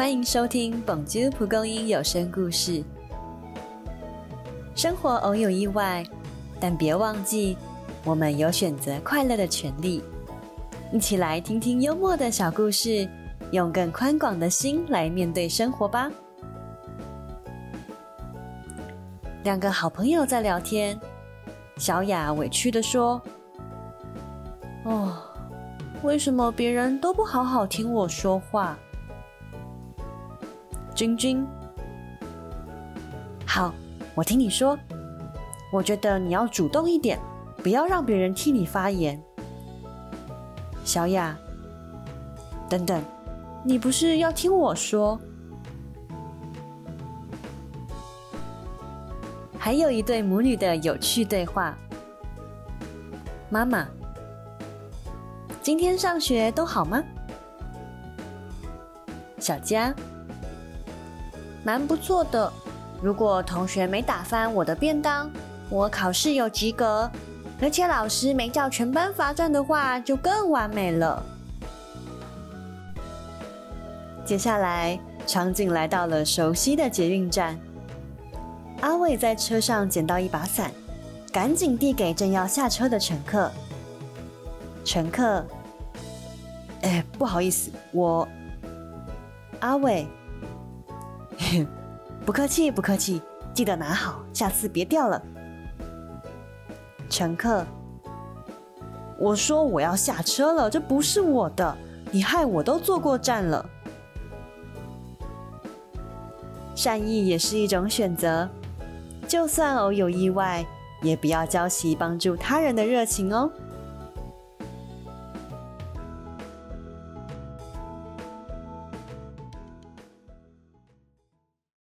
欢迎收听蹦啾蒲公英有声故事。生活偶有意外，但别忘记，我们有选择快乐的权利。一起来听听幽默的小故事，用更宽广的心来面对生活吧。两个好朋友在聊天，小雅委屈地说：“为什么别人都不好好听我说话？”君君：“好，我听你说。我觉得你要主动一点，不要让别人替你发言。”小雅：“等等，你不是要听我说？”还有一对母女的有趣对话。妈妈：“今天上学都好吗？”小佳：“蛮不错的，如果同学没打翻我的便当，我考试有及格，而且老师没叫全班罚站的话，就更完美了。”接下来，场景来到了熟悉的捷运站。阿伟在车上捡到一把伞，赶紧递给正要下车的乘客。乘客：“不好意思，我……”阿伟：“不客气，不客气，记得拿好，下次别掉了。”乘客：“我说我要下车了，这不是我的，你害我都坐过站了。”善意也是一种选择，就算偶有意外，也不要浇熄帮助他人的热情哦。